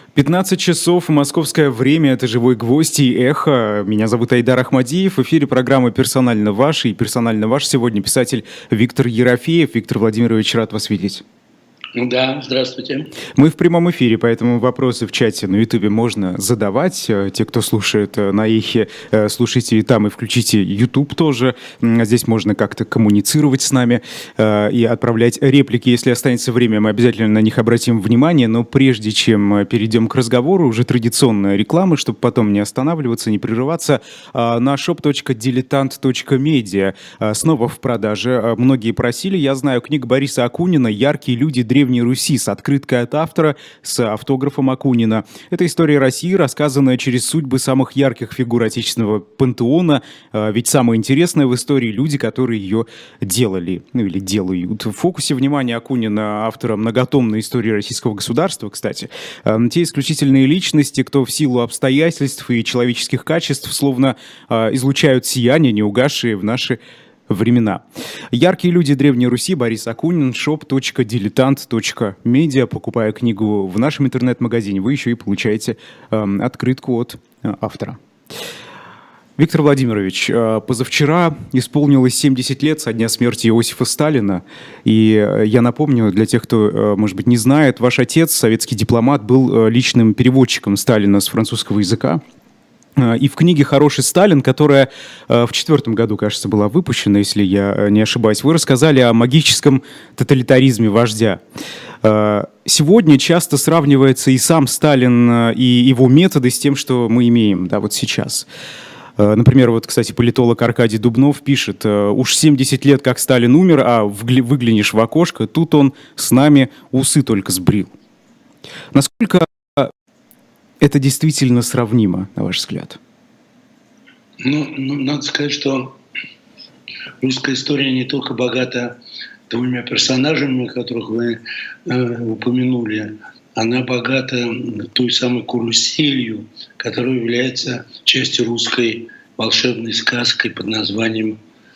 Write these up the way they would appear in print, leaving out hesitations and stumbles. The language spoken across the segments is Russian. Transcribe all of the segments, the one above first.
15 часов, московское время, это «Живой гвоздь» и «Эхо». Меня зовут Айдар Ахмадиев. В эфире программа «Персонально ваш». И «Персонально ваш» сегодня писатель Виктор Ерофеев. Виктор Владимирович, рад вас видеть. Да, здравствуйте. Мы в прямом эфире, поэтому вопросы в чате на Ютубе можно задавать. Те, кто слушает на Эхе, слушайте и там, и включите Ютуб тоже. Здесь можно как-то коммуницировать с нами и отправлять реплики. Если останется время, мы обязательно на них обратим внимание. Но прежде чем перейдем к разговору, уже традиционная реклама, чтобы потом не останавливаться, не прерываться, на shop.diletant.media снова в продаже. Многие просили, я знаю, книга Бориса Акунина «Яркие люди Древней Руси» с открыткой от автора, с автографом Акунина. Это история России, рассказанная через судьбы самых ярких фигур отечественного пантеона. Ведь самое интересное в истории — люди, которые ее делали, ну или делают. В фокусе внимания Акунина, автора многотомной истории российского государства, кстати, те исключительные личности, кто в силу обстоятельств и человеческих качеств словно излучают сияние, не угасшие в наши времена. «Яркие люди Древней Руси», Борис Акунин, shop.diletant.media. Покупая книгу в нашем интернет-магазине, вы еще и получаете открытку от автора. Виктор Владимирович, позавчера исполнилось 70 лет со дня смерти Иосифа Сталина. И я напомню, для тех, кто, может быть, не знает, ваш отец, советский дипломат, был личным переводчиком Сталина с французского языка. И в книге «Хороший Сталин», которая в 2004 году, кажется, была выпущена, если я не ошибаюсь, вы рассказали о магическом тоталитаризме вождя. Сегодня часто сравнивается и сам Сталин, и его методы с тем, что мы имеем, да, вот сейчас. Например, вот, кстати, политолог Аркадий Дубнов пишет: «Уж 70 лет, как Сталин умер, а выглянешь в окошко, тут он с нами усы только сбрил». Насколько это действительно сравнимо, на ваш взгляд? Надо сказать, что русская история не только богата двумя персонажами, которых вы упомянули, она богата той самой каруселью, которая является частью русской волшебной сказки под названием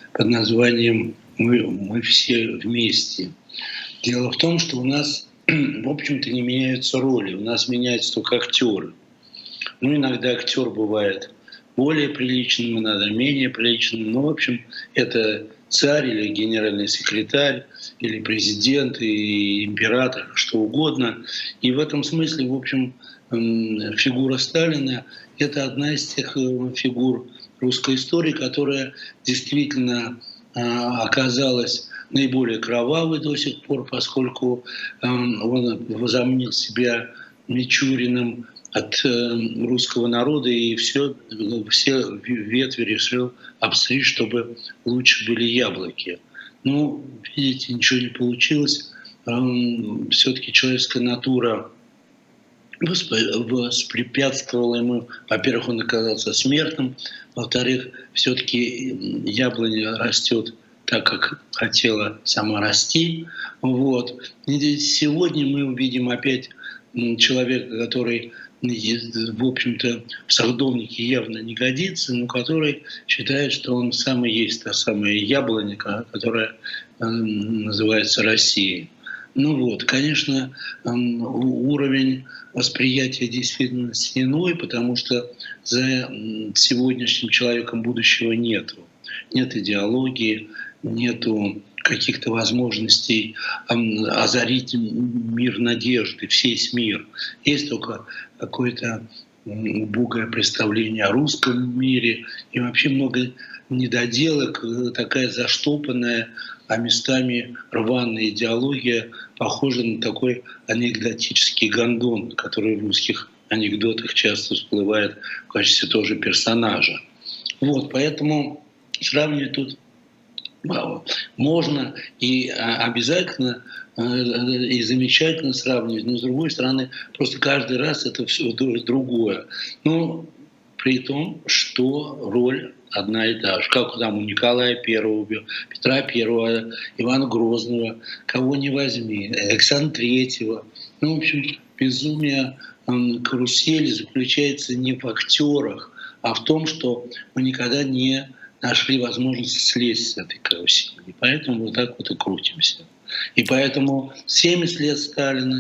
«Мы все вместе». Дело в том, что у нас, в общем-то, не меняются роли, у нас меняются только актеры. Иногда актер бывает более приличным, иногда менее приличным. В общем, это царь или генеральный секретарь, или президент, и император, что угодно. И в этом смысле, в общем, фигура Сталина — это одна из тех фигур русской истории, которая действительно оказалась наиболее кровавой до сих пор, поскольку он возомнил себя Мичуриным от русского народа и все ветви решил обстричь, чтобы лучше были яблоки. Видите, ничего не получилось. Все-таки человеческая натура воспрепятствовала ему. Во-первых, он оказался смертным. Во-вторых, все-таки яблоня растет так, как хотела сама расти. И сегодня мы увидим опять человека, который, в общем-то, в садовнике явно не годится, но который считает, что он сам и есть та самая яблоня, которая называется Россией. Конечно, уровень восприятия действительно иной, потому что за сегодняшним человеком будущего нету. Нет идеологии, нету каких-то возможностей озарить мир надежды, весь мир. Есть только какое-то убогое представление о русском мире и вообще много недоделок, такая заштопанная, а местами рваная идеология, похожа на такой анекдотический гондон, который в русских анекдотах часто всплывает в качестве тоже персонажа. Поэтому сравнивать тут можно и обязательно, и замечательно сравнивать, но с другой стороны, просто каждый раз это все другое. При том, что роль одна и та же. Как там у Николая I, Петра I, Ивана Грозного, кого не возьми, Александра III. В общем, безумие карусели заключается не в актерах, а в том, что мы никогда не нашли возможность слезть с этой карусели. И поэтому вот так вот и крутимся. И поэтому 70 лет Сталина,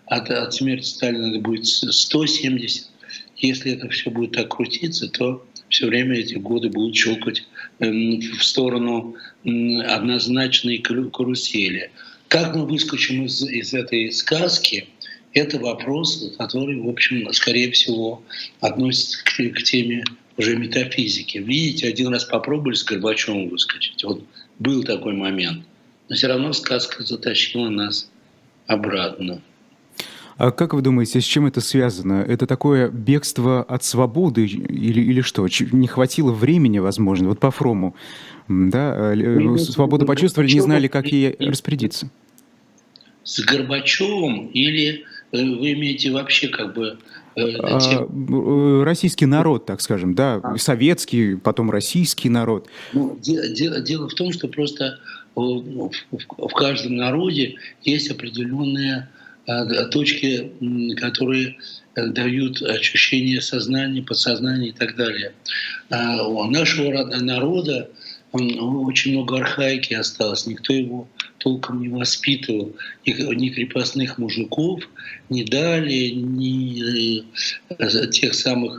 от смерти Сталина это будет 170. Если это все будет так крутиться, то все время эти годы будут щелкать в сторону однозначной карусели. Как мы выскочим из этой сказки, это вопрос, который, в общем, скорее всего, относится к теме уже метафизики. Видите, один раз попробовали с Горбачевым выскочить. Вот был такой момент. Но все равно сказка затащила нас обратно. А как вы думаете, с чем это связано? Это такое бегство от свободы или что? Не хватило времени, возможно, вот по Фрому. Да? Свободу почувствовали, не знали, как ей распорядиться. С Горбачевым или вы имеете вообще как бы... Российский народ, так скажем, да, советский, потом российский народ. Ну, дело в том, что просто в каждом народе есть определенные точки, которые дают ощущение сознания, подсознания и так далее. У нашего народа очень много архаики осталось, никто его толком не воспитывал, ни крепостных мужиков не дали, ни тех самых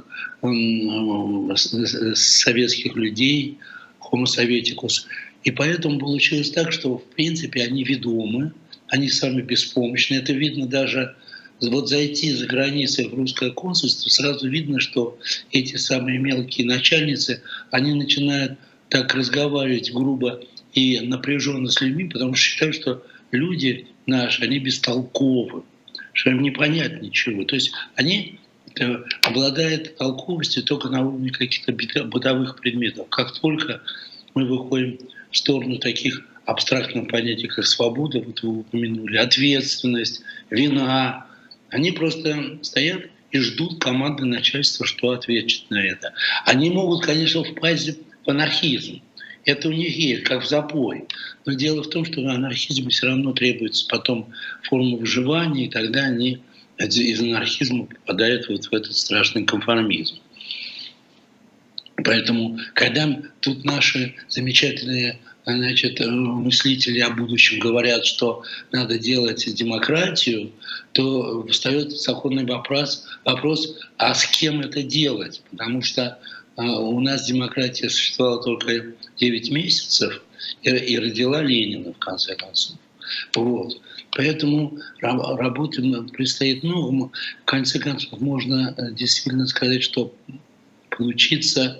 советских людей, homo советикус. И поэтому получилось так, что в принципе они ведомы, они сами беспомощны. Это видно даже, вот зайти за границей в русское консульство, сразу видно, что эти самые мелкие начальницы, они начинают так разговаривать грубо и напряженно с людьми, потому что считают, что люди наши, они бестолковы, что им не понять ничего. То есть они обладают толковостью только на уровне каких-то бытовых предметов. Как только мы выходим в сторону таких абстрактных понятий, как свобода, вот вы упомянули, ответственность, вина, они просто стоят и ждут команды начальства, что ответит на это. Они могут, конечно, впасть в анархизм. Это у них есть, как в запой. Но дело в том, что в анархизме все равно требуется потом форма выживания, и тогда они из анархизма попадают вот в этот страшный конформизм. Поэтому, когда тут наши замечательные мыслители о будущем говорят, что надо делать демократию, то встает законный вопрос, а с кем это делать? Потому что у нас демократия существовала только 9 месяцев и родила Ленина, в конце концов. Вот. Поэтому работы предстоит много. В конце концов, можно действительно сказать, что получится,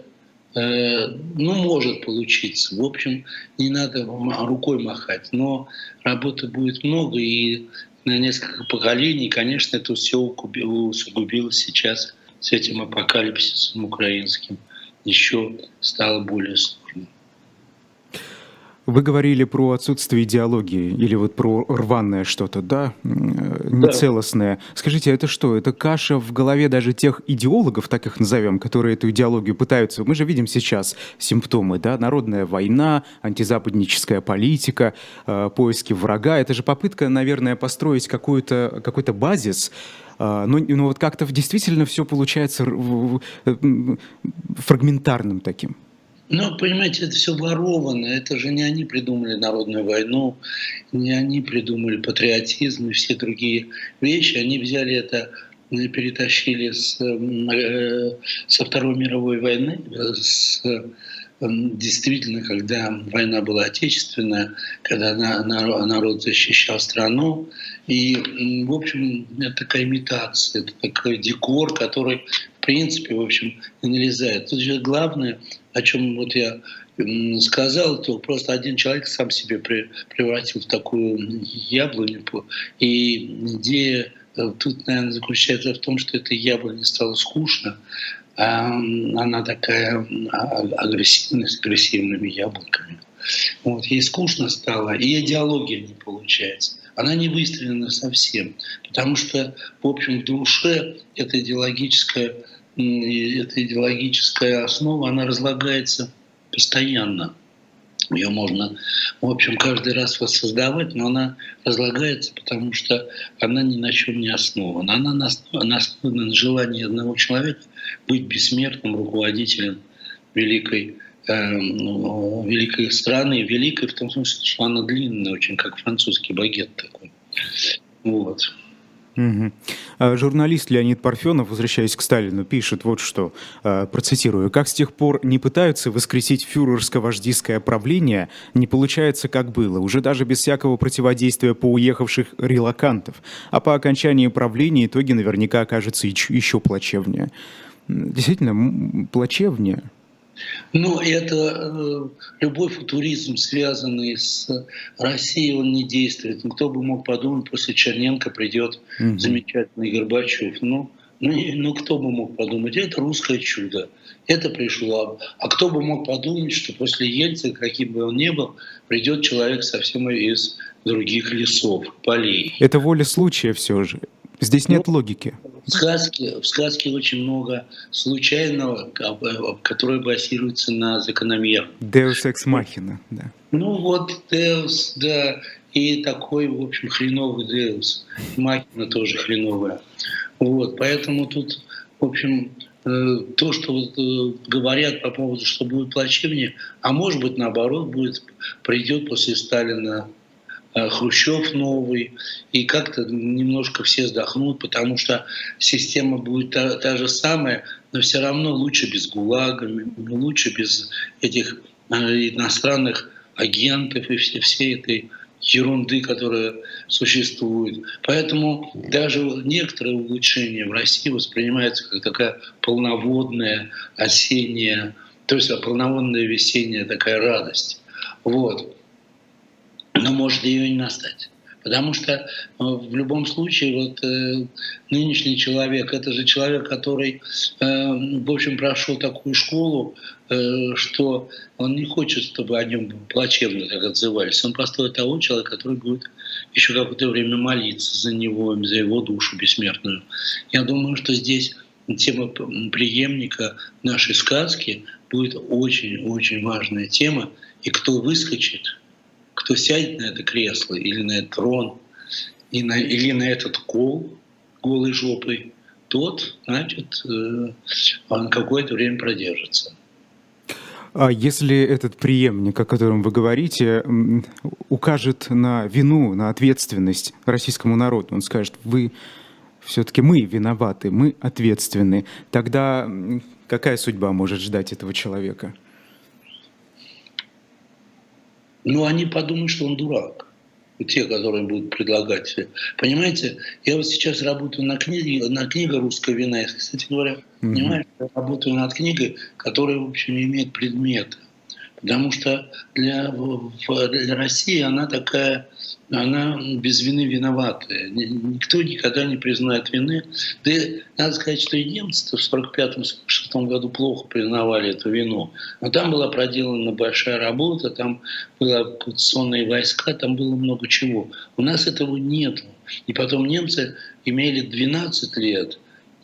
может получиться. В общем, не надо рукой махать, но работы будет много, и на несколько поколений, конечно, это все усугубилось сейчас с этим апокалипсисом украинским, еще стало более сложным. Вы говорили про отсутствие идеологии или вот про рваное что-то, да, нецелостное. Скажите, это что? Это каша в голове даже тех идеологов, так их назовем, которые эту идеологию пытаются... Мы же видим сейчас симптомы, да, народная война, антизападническая политика, поиски врага. Это же попытка, наверное, построить какой-то базис. Но вот как-то действительно все получается фрагментарным таким. Ну, понимаете, это все воровано. Это же не они придумали народную войну, не они придумали патриотизм и все другие вещи. Они взяли это, перетащили со Второй мировой войны, действительно, когда война была отечественная, когда народ защищал страну. И, в общем, это такая имитация, это такой декор, который, в принципе, в общем, не налезает. Тут же главное, о чем вот я сказал, то просто один человек сам себе превратил в такую яблоню. И идея тут, наверное, заключается в том, что эта яблоня стала скучно, она такая агрессивная, с агрессивными яблоками. Вот, ей скучно стало, и идеология не получается. Она не выстрелена совсем, потому что, в общем, в душе эта идеологическая основа, она разлагается постоянно. Ее можно, в общем, каждый раз воссоздавать, но она разлагается, потому что она ни на чем не основана. Она основана на желании одного человека быть бессмертным руководителем великой страны. Великой в том смысле, что она длинная очень, как французский багет такой. Вот. Мгм. Журналист Леонид Парфенов, возвращаясь к Сталину, пишет вот что, процитирую: «Как с тех пор не пытаются воскресить фюрерско-вождистское правление, не получается, как было, уже даже без всякого противодействия по уехавших релокантов, а по окончании правления итоги наверняка окажутся еще плачевнее». Действительно, плачевнее. Но это любой футуризм, связанный с Россией, он не действует. Ну, кто бы мог подумать, после Черненко придет Мгм. замечательный Горбачев. Ну, кто бы мог подумать, это русское чудо. Это пришло. А кто бы мог подумать, что после Ельцина, каким бы он ни был, придет человек совсем из других лесов, полей. Это воля случая все же. Здесь Ну, нет логики. в сказке очень много случайного, которое базируется на закономерном. Deus ex machina, да. Ну вот Деус, да, и такой, в общем, хреновый Деус. Махина тоже хреновая. Вот, поэтому тут, в общем, то, что вот, говорят по поводу, что будет плачевнее, а может быть, наоборот, придет после Сталина Хрущев новый, и как-то немножко все вздохнут, потому что система будет та же самая, но все равно лучше без ГУЛАГа, лучше без этих иностранных агентов и всей этой ерунды, которая существует. Поэтому даже некоторые улучшения в России воспринимаются как такая полноводная осенняя, то есть полноводная весенняя такая радость. Вот. Но может ее и не настать. Потому что в любом случае нынешний человек — это же человек, который, в общем, прошел такую школу, что он не хочет, чтобы о нем плачевно так отзывались. Он построит того человека, который будет еще какое-то время молиться за него, за его душу бессмертную. Я думаю, что здесь тема преемника нашей сказки будет очень-очень важная тема. И кто выскочит, кто сядет на это кресло или на этот трон, или на этот кол голой жопой, тот, значит, он какое-то время продержится. А если этот преемник, о котором вы говорите, укажет на вину, на ответственность российскому народу, он скажет: вы все-таки, мы виноваты, мы ответственны, тогда какая судьба может ждать этого человека? Но они подумают, что он дурак. Те, которые будут предлагать. Понимаете, я вот сейчас работаю на книге «Русская вина». И, кстати говоря, Мгм. понимаете, я работаю над книгой, которая, в общем, не имеет предмета. Потому что для России она такая, она без вины виноватая. Никто никогда не признает вины. Да и надо сказать, что и немцы в 1945-1946 году плохо признавали эту вину. Но там была проделана большая работа, там были оккупационные войска, там было много чего. У нас этого нет. И потом немцы имели 12 лет,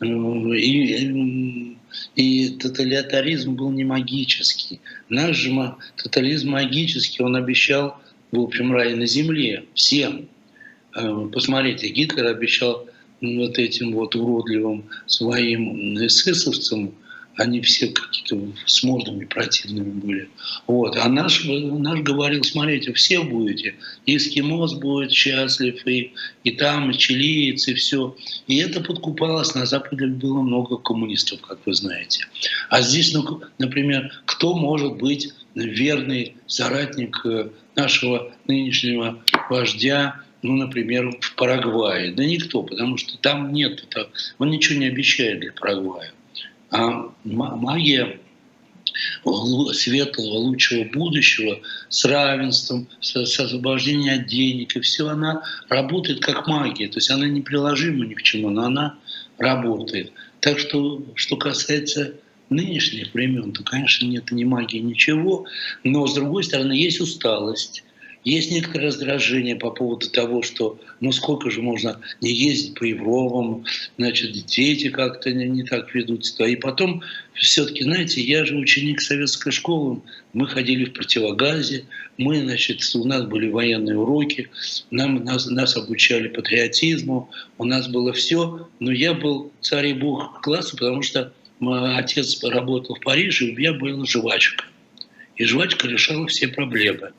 и тоталитаризм был не магический. Наш же тотализм магический, он обещал, в общем, рай на земле всем. Посмотрите, Гитлер обещал вот этим вот уродливым своим эсэсовцам, они все какие-то с мордами противными были. Вот. А наш говорил: смотрите, все будете, и эскимос будет счастлив, и там, и чилиец, и все. И это подкупалось. На Западе было много коммунистов, как вы знаете. А здесь, например, кто может быть верный соратник нашего нынешнего вождя, например, в Парагвае? Да никто, потому что там нет, он ничего не обещает для Парагвая. А магия светлого, лучшего будущего с равенством, с освобождением от денег, и все, она работает как магия. То есть она неприложима ни к чему, но она работает. Так что касается нынешних времен, то, конечно, нет ни магии, ничего. Но, с другой стороны, есть усталость. Есть некоторое раздражение по поводу того, что сколько же можно не ездить по Европам, значит, дети как-то не так ведут себя. И потом все-таки, знаете, я же ученик советской школы, мы ходили в противогазе, у нас были военные уроки, нас обучали патриотизму, у нас было все, но я был царь и бог класса, потому что мой отец работал в Париже, я был жвачка. И жвачка решала все проблемы.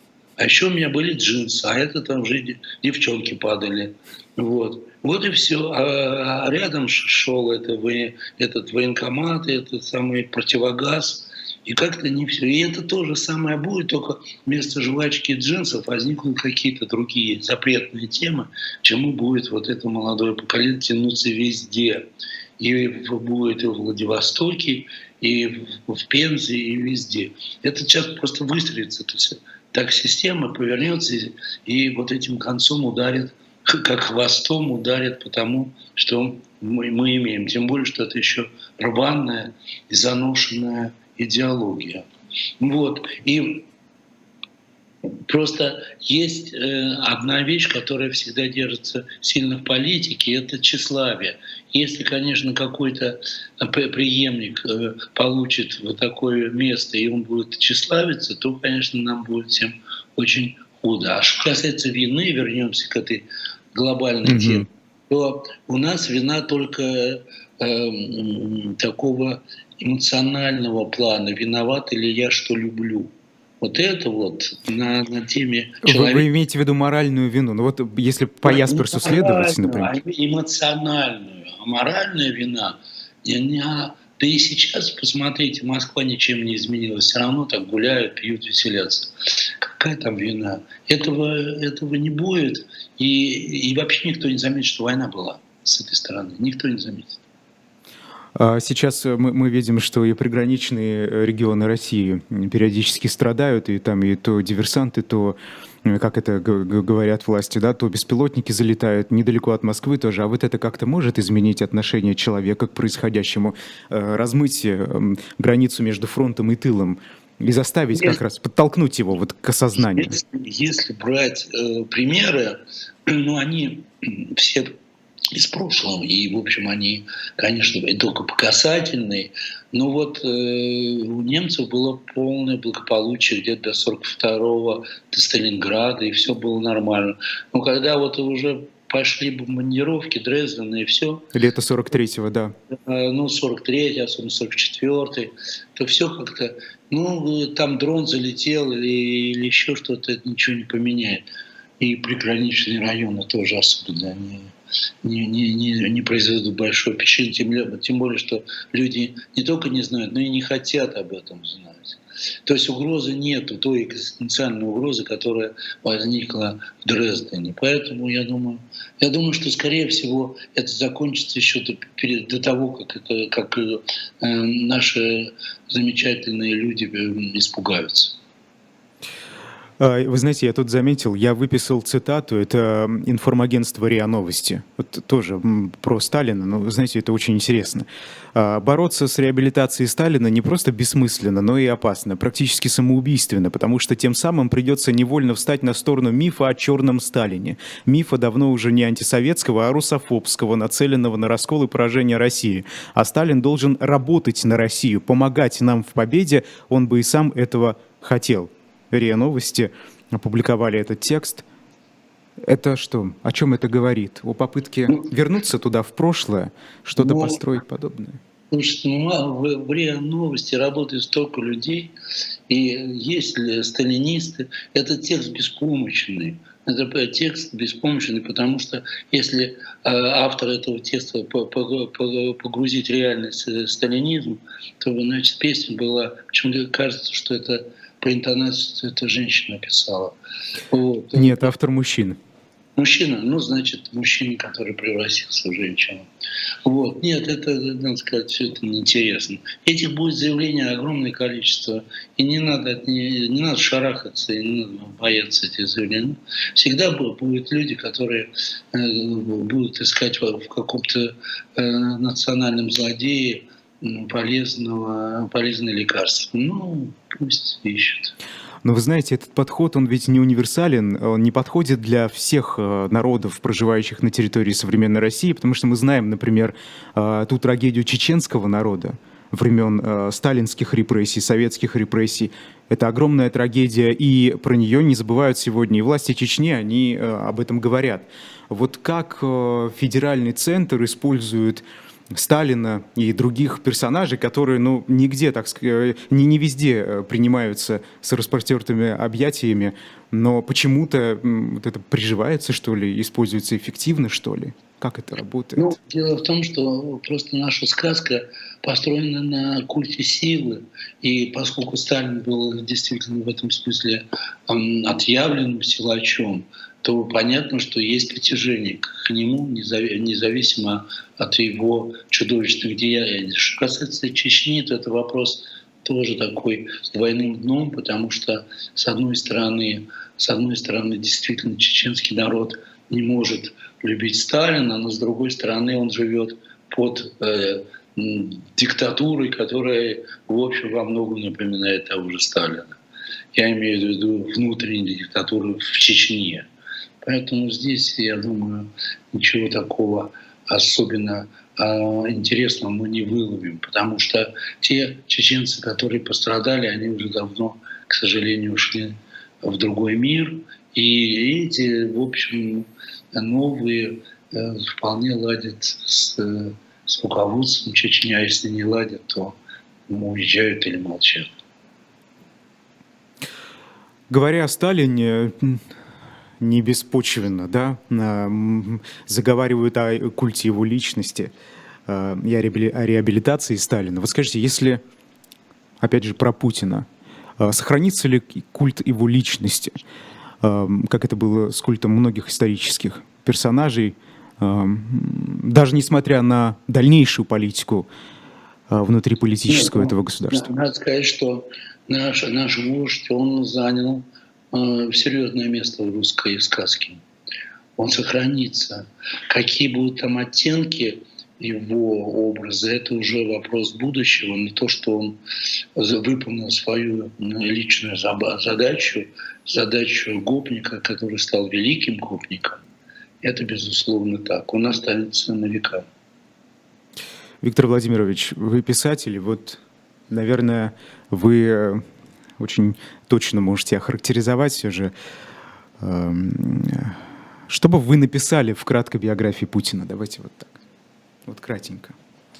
А еще у меня были джинсы, а это там уже девчонки падали. Вот и все. А рядом шел этот военкомат, этот самый противогаз. И как-то не все. И это то же самое будет, только вместо жвачки и джинсов возникнут какие-то другие запретные темы, чему будет вот это молодое поколение тянуться везде. И будет и в Владивостоке, и в Пензе, и везде. Это сейчас просто выстроится. То есть так система повернется и вот этим концом ударит, как хвостом ударит по тому, что мы имеем. Тем более, что это еще рваная и заношенная идеология. И просто есть одна вещь, которая всегда держится сильно в политике, это тщеславие. Если, конечно, какой-то преемник получит вот такое место, и он будет тщеславиться, то, конечно, нам будет всем очень худо. А что касается вины, вернемся к этой глобальной теме, то у нас вина только такого эмоционального плана. Виноват ли я, что люблю? Вот это вот на теме человека. Вы имеете в виду моральную вину? Ну вот если по Ясперсу следовать, например. Эмоциональную. А моральная вина, да и сейчас, посмотрите, Москва ничем не изменилась. Все равно так гуляют, пьют, веселятся. Какая там вина? Этого не будет. И вообще никто не заметит, что война была с этой стороны. Никто не заметит. Сейчас мы видим, что и приграничные регионы России периодически страдают, и там и то диверсанты, то, как это говорят власти, да, то беспилотники залетают недалеко от Москвы тоже. А вот это как-то может изменить отношение человека к происходящему, размыть границу между фронтом и тылом и заставить как раз, подтолкнуть его вот к осознанию? Если брать примеры, они все из прошлого. И, в общем, они, конечно, только показательные. Но вот у немцев было полное благополучие где-то до 42-го, до Сталинграда, и все было нормально. Но когда вот уже пошли бомбардировки, Дрездена и все. Лето 43-го, да. 43-й, особенно 44-й, то все как-то, там дрон залетел или еще что-то, это ничего не поменяет. И приграничные районы тоже особенно не произведут большое впечатление, тем более, что люди не только не знают, но и не хотят об этом знать. То есть угрозы нету, той экзистенциальной угрозы, которая возникла в Дрездене. Поэтому я думаю, что, скорее всего, это закончится еще до того, как наши замечательные люди испугаются. Вы знаете, я тут заметил, я выписал цитату, это информагентство РИА Новости, вот тоже про Сталина, но, знаете, это очень интересно. Бороться с реабилитацией Сталина не просто бессмысленно, но и опасно, практически самоубийственно, потому что тем самым придется невольно встать на сторону мифа о черном Сталине. Мифа давно уже не антисоветского, а русофобского, нацеленного на раскол и поражение России. А Сталин должен работать на Россию, помогать нам в победе, он бы и сам этого хотел. РИА Новости опубликовали этот текст. Это что? О чем это говорит? О попытке вернуться туда, в прошлое, что-то построить подобное? Слушайте, в РИА Новости работает столько людей, и есть ли сталинисты, этот текст беспомощный. Это текст беспомощный, потому что если автор этого текста погрузить в реальный сталинизм, то, значит, песня была, почему-то кажется, что это по интонации эта женщина писала. Нет, автор мужчина. Мужчина, значит, мужчина, который превратился в женщину. Нет, это, надо сказать, все это неинтересно. Этих будет заявлений огромное количество, и не надо шарахаться, и не надо бояться этих заявлений. Всегда будут люди, которые будут искать в каком-то национальном злодее полезное лекарство. Пусть ищут. Но вы знаете, этот подход, он ведь не универсален, он не подходит для всех народов, проживающих на территории современной России, потому что мы знаем, например, ту трагедию чеченского народа времен сталинских репрессий, советских репрессий. Это огромная трагедия, и про нее не забывают сегодня. И власти Чечни, они об этом говорят. Вот как федеральный центр использует Сталина и других персонажей, которые, ну, нигде, так сказать, не везде принимаются с распростертыми объятиями, но почему-то вот это приживается, что ли, используется эффективно, что ли? Как это Ну, работает? дело в том, что просто наша сказка построена на культе силы, и поскольку Сталин был действительно в этом смысле отъявленным силачом, то понятно, что есть притяжение к нему, независимо от его чудовищных деяний. Что касается Чечни, то это вопрос тоже такой с двойным дном, потому что, с одной стороны, действительно, чеченский народ не может любить Сталина, но с другой стороны он живет под диктатурой, которая, в общем, во многом напоминает того же Сталина. Я имею в виду внутреннюю диктатуру в Чечне. Поэтому здесь, я думаю, ничего такого особенно интересного мы не выловим, потому что те чеченцы, которые пострадали, они уже давно, к сожалению, ушли в другой мир. И эти, в общем, новые вполне ладят с руководством Чечни, а если не ладят, то уезжают или молчат. Говоря о Сталине, не беспочвенно, да, заговаривают о культе его личности и о реабилитации Сталина. Вот скажите, если, опять же, про Путина, сохранится ли культ его личности, как это было с культом многих исторических персонажей, даже несмотря на дальнейшую политику внутриполитическую этого государства? Надо сказать, что наш вождь, он занял серьезное место в русской сказке. Он сохранится. Какие будут там оттенки его образа, это уже вопрос будущего. Но то, что он выполнил свою личную задачу гопника, который стал великим гопником, это, безусловно, так. Он останется на века. Виктор Владимирович, вы писатель, вот, наверное, вы очень точно можете охарактеризовать все же. Что бы вы написали в краткой биографии Путина? Давайте вот так, вот кратенько.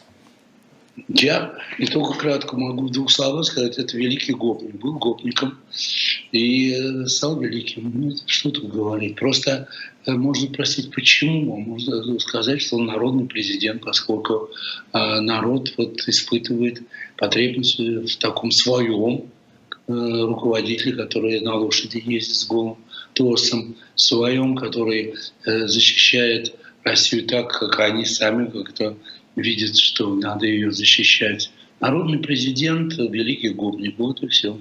Я не только кратко могу в двух словах сказать, это великий гопник. Был гопником и стал великим. Ну, что тут говорить? Просто можно спросить, почему. Можно сказать, что он народный президент, поскольку народ вот испытывает потребность в таком своем руководителе, который на лошади ездит с голым торсом, своем, который защищает Россию так, как они сами как-то видят, что надо ее защищать. Народный президент, великий гопник, вот и все.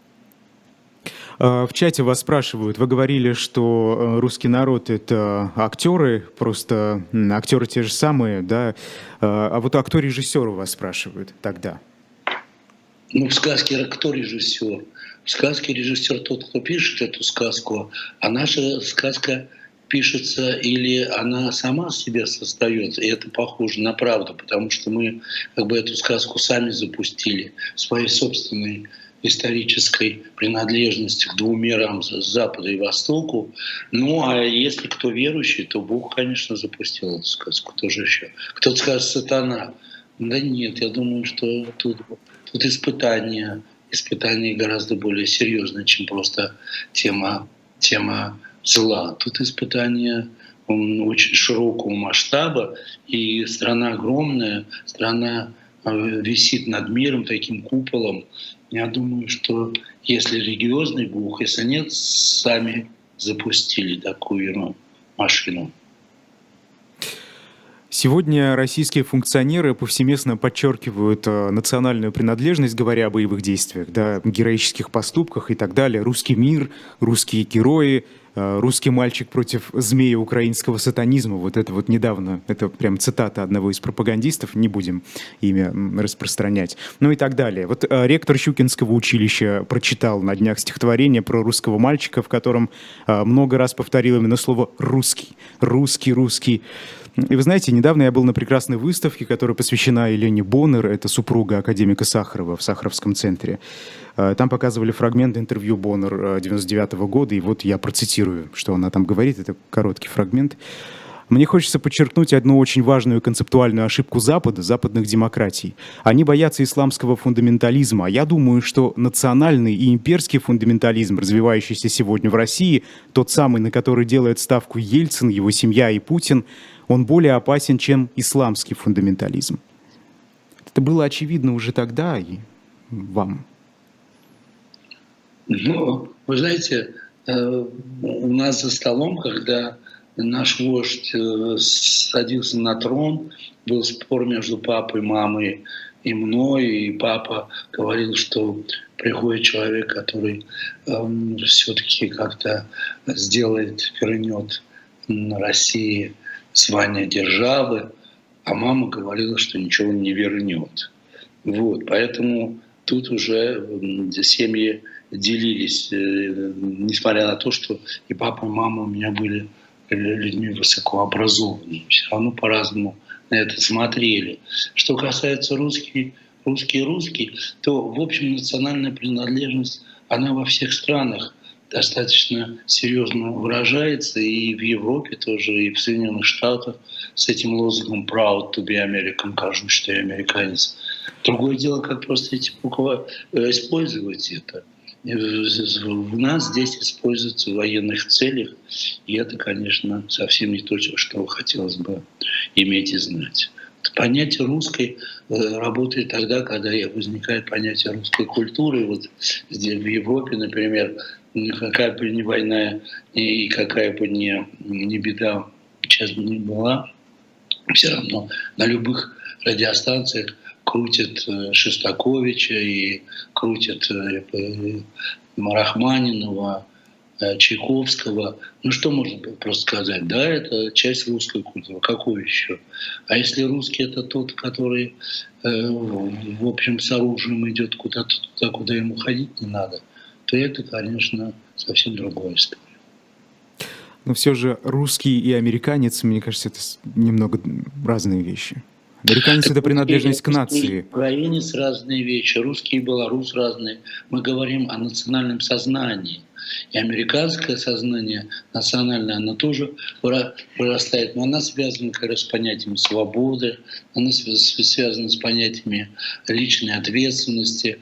В чате вас спрашивают, вы говорили, что русский народ — это актеры, просто актеры те же самые, да? А вот кто режиссер у вас спрашивают тогда? Ну, в сказке кто режиссер? В сказке режиссер тот, кто пишет эту сказку, а наша сказка пишется или она сама себя создает, и это похоже на правду, потому что мы как бы эту сказку сами запустили своей собственной исторической принадлежности к двум мирам, Западу и Востоку. Ну, а если кто верующий, то Бог, конечно, запустил эту сказку тоже еще. Кто-то скажет «сатана». Да нет, я думаю, что тут испытание гораздо более серьезное, чем просто тема зла. Тут испытание очень широкого масштаба, и страна огромная, страна висит над миром таким куполом. Я думаю, что если религиозный Бог, если нет, сами запустили такую машину. Сегодня российские функционеры повсеместно подчеркивают национальную принадлежность, говоря о боевых действиях, да, героических поступках и так далее. Русский мир, русские герои, русский мальчик против змея украинского сатанизма. Вот это вот недавно, это прям цитата одного из пропагандистов, не будем имя распространять. Ну и так далее. Вот ректор Щукинского училища прочитал на днях стихотворение про русского мальчика, в котором много раз повторил именно слово «русский», «русский», «русский». И вы знаете, недавно я был на прекрасной выставке, которая посвящена Елене Боннер, это супруга академика Сахарова в Сахаровском центре. Там показывали фрагмент интервью Боннер 99 года, и вот я процитирую, что она там говорит, это короткий фрагмент. Мне хочется подчеркнуть одну очень важную концептуальную ошибку Запада, западных демократий. Они боятся исламского фундаментализма. А я думаю, что национальный и имперский фундаментализм, развивающийся сегодня в России, тот самый, на который делает ставку Ельцин, его семья и Путин, он более опасен, чем исламский фундаментализм. Это было очевидно уже тогда и вам. Ну, вы знаете, у нас за столом, когда наш вождь садился на трон, был спор между папой, мамой и мной, и папа говорил, что приходит человек, который все-таки как-то вернет России звание державы, а мама говорила, что ничего не вернет. Вот, поэтому тут уже семьи делились, несмотря на то, что и папа, и мама у меня были людьми высокообразованными, все равно по-разному на это смотрели. Что касается русский, то, в общем, национальная принадлежность, она во всех странах достаточно серьезно выражается, и в Европе тоже, и в Соединенных Штатах с этим лозунгом «Proud to be American», кажусь, что я американец. Другое дело, как просто эти буквы использовать это. В нас здесь используется в военных целях, и это, конечно, совсем не то, что хотелось бы иметь и знать. Понятие русской работает тогда, когда возникает понятие русской культуры. Вот здесь в Европе, например, какая бы ни война и какая бы ни беда сейчас ни была, все равно на любых радиостанциях крутят Шостаковича и крутят Рахманинова, Чайковского. Ну что можно просто сказать? Да, это часть русской культуры. Какой еще? А если русский — это тот, который, в общем, с оружием идет куда-то туда, куда ему ходить не надо, то это, конечно, совсем другая история. Но все же русский и американец, мне кажется, это немного разные вещи. Американец — это принадлежность к нации. Украинец — разные вещи, русский и белорус — разные. Мы говорим о национальном сознании. И американское сознание национальное, оно тоже вырастает, но она связана как раз с понятием свободы, она связана с понятиями личной ответственности,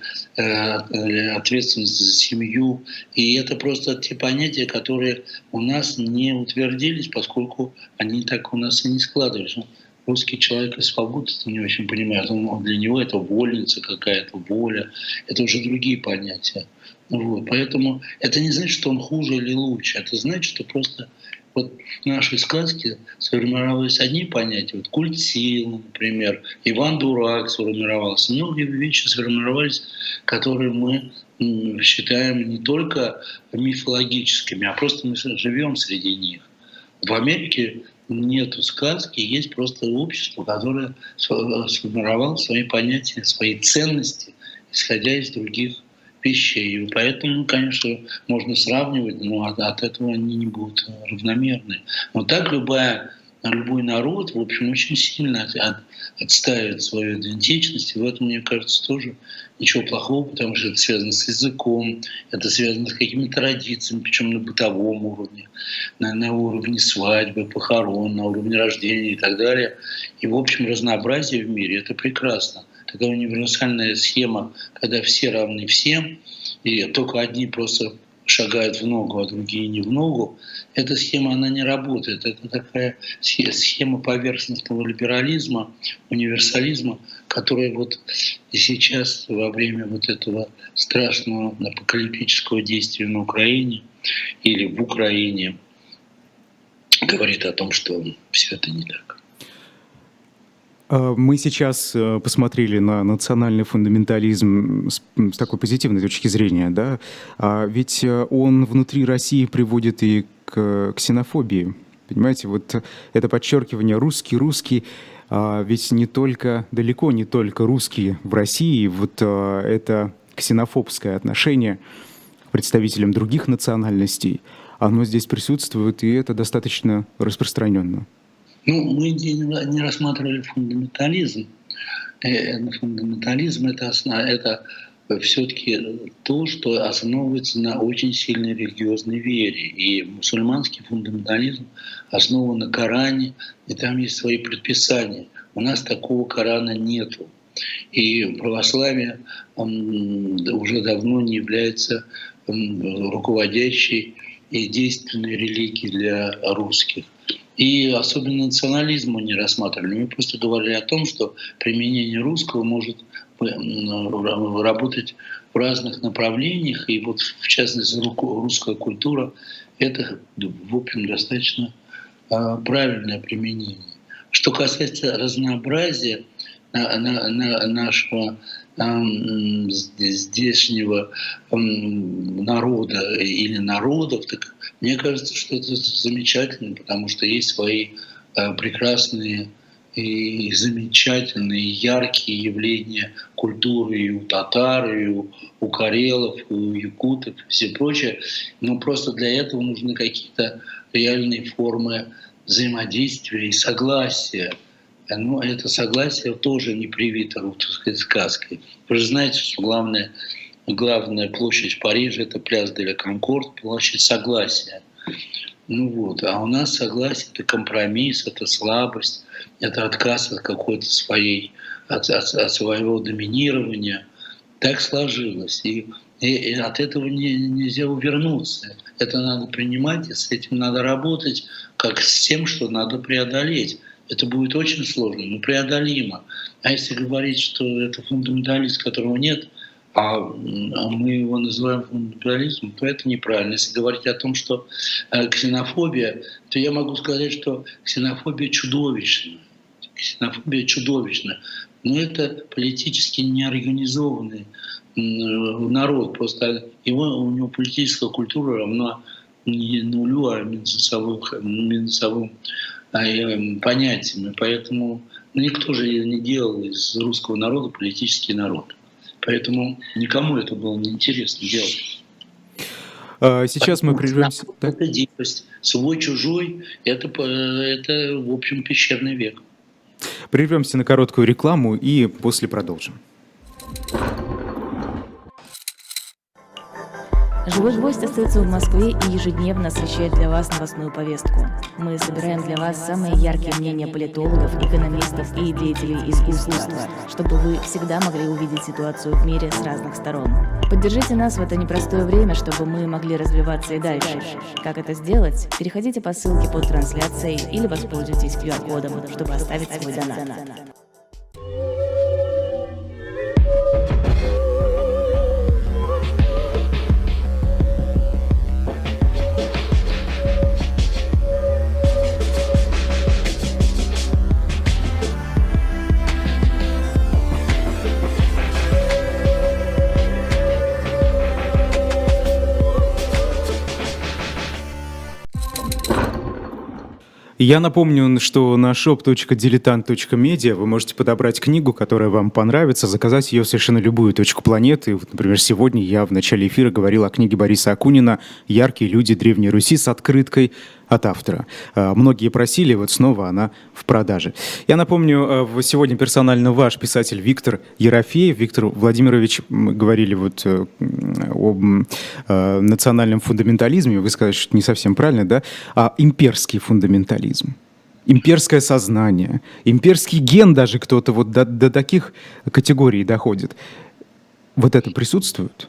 ответственности за семью. И это просто те понятия, которые у нас не утвердились, поскольку они так у нас и не складывались. Русский человек и свободу это не очень понимает. Для него это вольница какая-то, воля. Это уже другие понятия. Вот. Поэтому это не значит, что он хуже или лучше. Это значит, что просто вот в нашей сказке сформировались одни понятия. Вот культ силы, например, Иван Дурак сформировался. Многие вещи сформировались, которые мы считаем не только мифологическими, а просто мы живем среди них. В Америке нету сказки, есть просто общество, которое сформировало свои понятия, свои ценности, исходя из других вещей. И поэтому, конечно, можно сравнивать, но от этого они не будут равномерны. Но так любой народ, в общем, очень сильно отстаивает свою идентичность. И в этом, мне кажется, тоже ничего плохого, потому что это связано с языком, это связано с какими-то традициями, причем на бытовом уровне, на уровне свадьбы, похорон, на уровне рождения и так далее. И, в общем, разнообразие в мире — это прекрасно. Такая универсальная схема, когда все равны всем, и только одни просто шагают в ногу, а другие не в ногу, эта схема, она не работает. Это такая схема поверхностного либерализма, универсализма, которая вот и сейчас во время вот этого страшного апокалиптического действия на Украине или в Украине говорит о том, что все это не так. Мы сейчас посмотрели на национальный фундаментализм с такой позитивной точки зрения, да? Ведь он внутри России приводит и к ксенофобии. Понимаете, вот это подчеркивание «русский», ведь далеко не только русские в России, вот это ксенофобское отношение к представителям других национальностей, оно здесь присутствует, и это достаточно распространенно. Мы не рассматривали фундаментализм. Фундаментализм — это все-таки то, что основывается на очень сильной религиозной вере. И мусульманский фундаментализм основан на Коране, и там есть свои предписания. У нас такого Корана нету. И православие уже давно не является руководящей и действенной религией для русских. И особенно национализм мы не рассматривали. Мы просто говорили о том, что применение русского может работать в разных направлениях. И вот в частности русская культура — это, в общем, достаточно правильное применение. Что касается разнообразия нашего здешнего народа или народов, так мне кажется, что это замечательно, потому что есть свои прекрасные и замечательные, яркие явления культуры и у татар, и у карелов, и у якутов, и все прочее. Но просто для этого нужны какие-то реальные формы взаимодействия и согласия. Но это согласие тоже не привито русской сказкой. Вы же знаете, что главная площадь Парижа — это Пляс де ла Конкорд, площадь Согласия. Ну вот. А у нас согласие — это компромисс, это слабость, это отказ от какой-то от своего доминирования. Так сложилось. И от этого нельзя увернуться. Это надо принимать, и с этим надо работать, как с тем, что надо преодолеть. Это будет очень сложно, но преодолимо. А если говорить, что это фундаментализм, которого нет, а мы его называем фундаментализмом, то это неправильно. Если говорить о том, что ксенофобия, то я могу сказать, что ксенофобия чудовищна. Ксенофобия чудовищна. Но это политически неорганизованный народ. Просто у него политическая культура равна не нулю, а минусовым понятиями. Поэтому никто же не делал из русского народа политический народ. Поэтому никому это было неинтересно делать. Сейчас мы прервемся. Это дикость. Свой-чужой — это, в общем, пещерный век. Прервемся на короткую рекламу и после продолжим. «Живой гвоздь» остается в Москве и ежедневно освещает для вас новостную повестку. Мы собираем для вас самые яркие мнения политологов, экономистов и деятелей искусства, чтобы вы всегда могли увидеть ситуацию в мире с разных сторон. Поддержите нас в это непростое время, чтобы мы могли развиваться и дальше. Как это сделать? Переходите по ссылке под трансляцией или воспользуйтесь QR-кодом, чтобы оставить свой донат. Я напомню, что на shop.diletant.media вы можете подобрать книгу, которая вам понравится, заказать ее в совершенно любую точку планеты. Вот, например, сегодня я в начале эфира говорил о книге Бориса Акунина «Яркие люди Древней Руси» с открыткой от автора. Многие просили, вот снова она в продаже. Я напомню, сегодня персонально ваш писатель Виктор Ерофеев. Виктор Владимирович, мы говорили вот об национальном фундаментализме, вы сказали, что не совсем правильно, да? А имперский фундаментализм. Имперское сознание, имперский ген даже кто-то вот до таких категорий доходит. Вот это присутствует?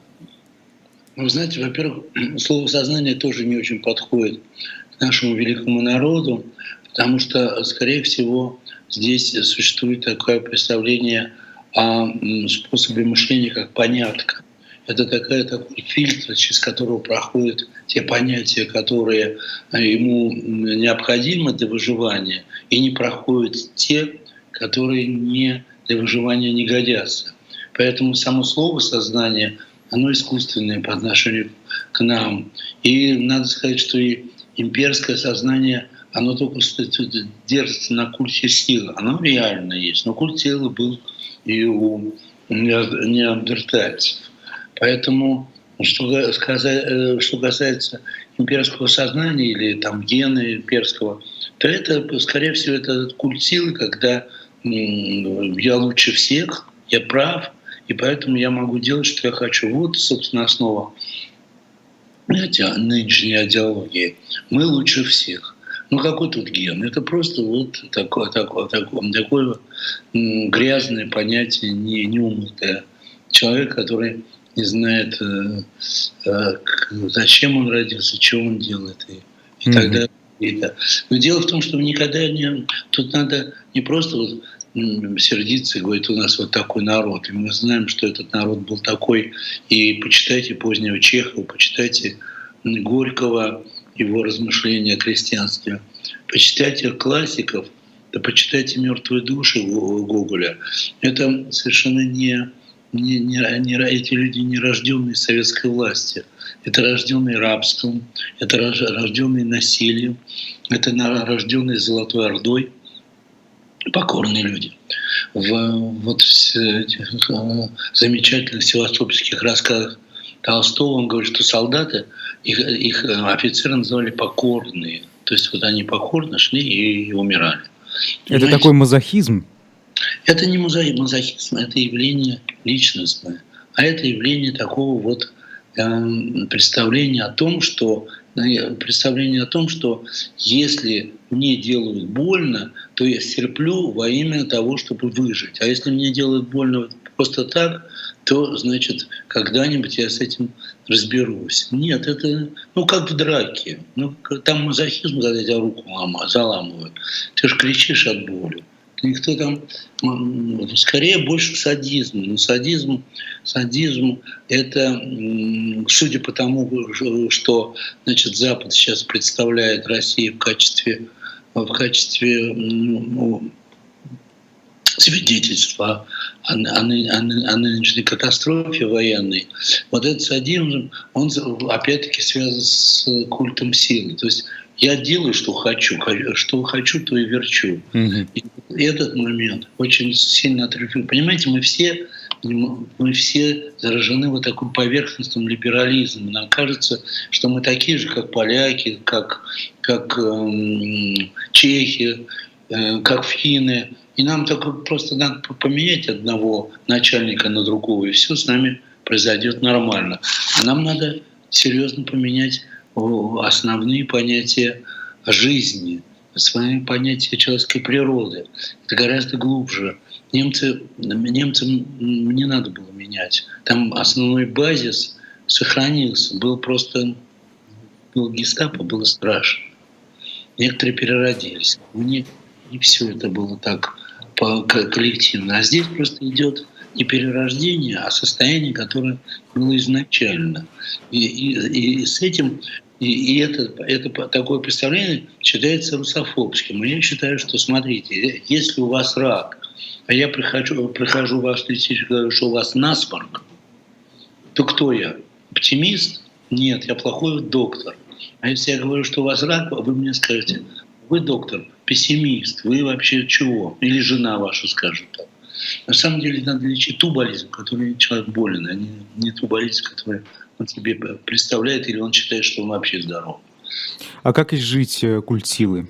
Вы знаете, во-первых, слово «сознание» тоже не очень подходит к нашему великому народу, потому что, скорее всего, здесь существует такое представление о способе мышления как понятка. Это такой фильтр, через которого проходят те понятия, которые ему необходимы для выживания, и не проходят те, которые для выживания не годятся. Поэтому само слово «сознание», оно искусственное по отношению к нам. И надо сказать, что и имперское сознание, оно только держится на культе силы. Оно реально есть, но культ силы был и у неандертальцев. Поэтому, что касается имперского сознания или там гена имперского, то это, скорее всего, это культ силы, когда я лучше всех, я прав, и поэтому я могу делать, что я хочу. Вот, собственно, основа нынешней идеологии. Мы лучше всех. Ну какой тут ген? Это просто вот такое грязное понятие, неумытое. Человек, который не знает, зачем он родился, что он делает и так далее. Но дело в том, что никогда не... Тут надо не просто вот сердиться и говорить, у нас вот такой народ. И мы знаем, что этот народ был такой. И почитайте позднего Чехова, почитайте Горького, его размышления о крестьянстве. Почитайте классиков, да почитайте «Мертвые души» Гоголя. Это совершенно эти люди не рожденные советской властью. Это рожденные рабством, это рожденные насилием, это рожденные Золотой Ордой покорные люди. В этих замечательных севастопольских рассказах Толстого он говорит, что солдаты, их офицеры называли покорные. То есть вот они покорно шли и умирали. Это такой мазохизм? Это не мазохизм, это явление личностное. А это явление такого вот представления о том, что если мне делают больно, то я стерплю во имя того, чтобы выжить. А если мне делают больно просто так, то, значит, когда-нибудь я с этим разберусь. Нет, это, как в драке. Там мазохизм, когда тебя руку заламывают. Ты же кричишь от боли. Никто там... Скорее больше садизм. Но садизм это, судя по тому, что, значит, Запад сейчас представляет Россию в качестве свидетельства о нынешней катастрофе военной. Вот этот садизм, он опять-таки связан с культом силы. То есть я делаю, что хочу, то и верчу. И этот момент очень сильно отрывает. Понимаете, мы все заражены вот таким поверхностным либерализмом. Нам кажется, что мы такие же, как поляки, как чехи, как финны. И нам только просто надо поменять одного начальника на другого, и все с нами произойдет нормально. А нам надо серьезно поменять основные понятия жизни, основные понятия человеческой природы. Это гораздо глубже. Немцам не надо было менять. Там основной базис сохранился. Был гестапо, было страшно. Некоторые переродились. Не все это было так коллективно. А здесь просто идет не перерождение, а состояние, которое было изначально. И с этим это такое представление считается русофобским. И я считаю, что, смотрите, если у вас рак, а я прихожу вас лечить, говорю, что у вас насморк, то кто я? Оптимист? Нет, я плохой доктор. А если я говорю, что у вас рак, вы мне скажете, вы доктор, пессимист, вы вообще чего? Или жена ваша скажет так. На самом деле надо лечить ту болезнь, которой человек болен, а не ту болезнь, которую он себе представляет, или он считает, что он вообще здоров. А как изжить культ силы?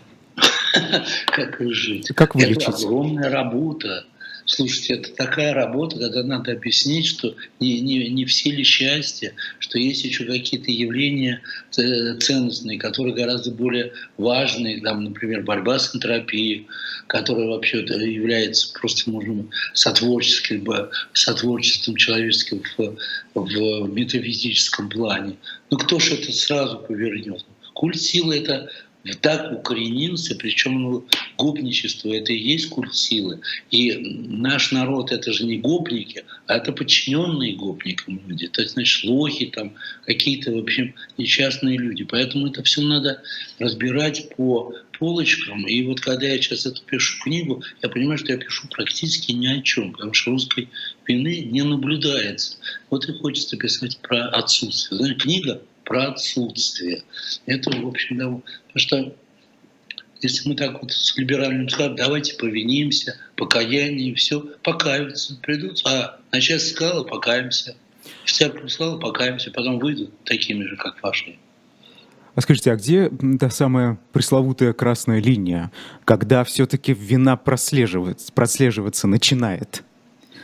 Как изжить? Как вылечить? Это огромная работа. Слушайте, это такая работа, когда надо объяснить, что не в силе счастья, что есть еще какие-то явления ценностные, которые гораздо более важные, там, например, борьба с энтропией, которая вообще является просто, можем, сотворчеством человеческим в метафизическом плане. Но кто же это сразу повернет? Культ силы — это так укоренился, причем гопничество — это и есть культ силы. И наш народ — это же не гопники, а это подчиненные гопникам люди. То есть, значит, лохи, там, какие-то, в общем, несчастные люди. Поэтому это все надо разбирать по полочкам. И вот когда я сейчас эту пишу книгу, я понимаю, что я пишу практически ни о чем, потому что русской вины не наблюдается. Вот и хочется писать про отсутствие. Знаете, книга про отсутствие. Это, в общем, да, потому что если мы так вот с либеральным скажем, давайте повинимся, покаяние, и все, покаются, придут, начальство сказало, покаемся, офицер прислал, покаемся, потом выйдут такими же, как ваши. А скажите, а где та самая пресловутая красная линия, когда все-таки вина прослеживаться начинает?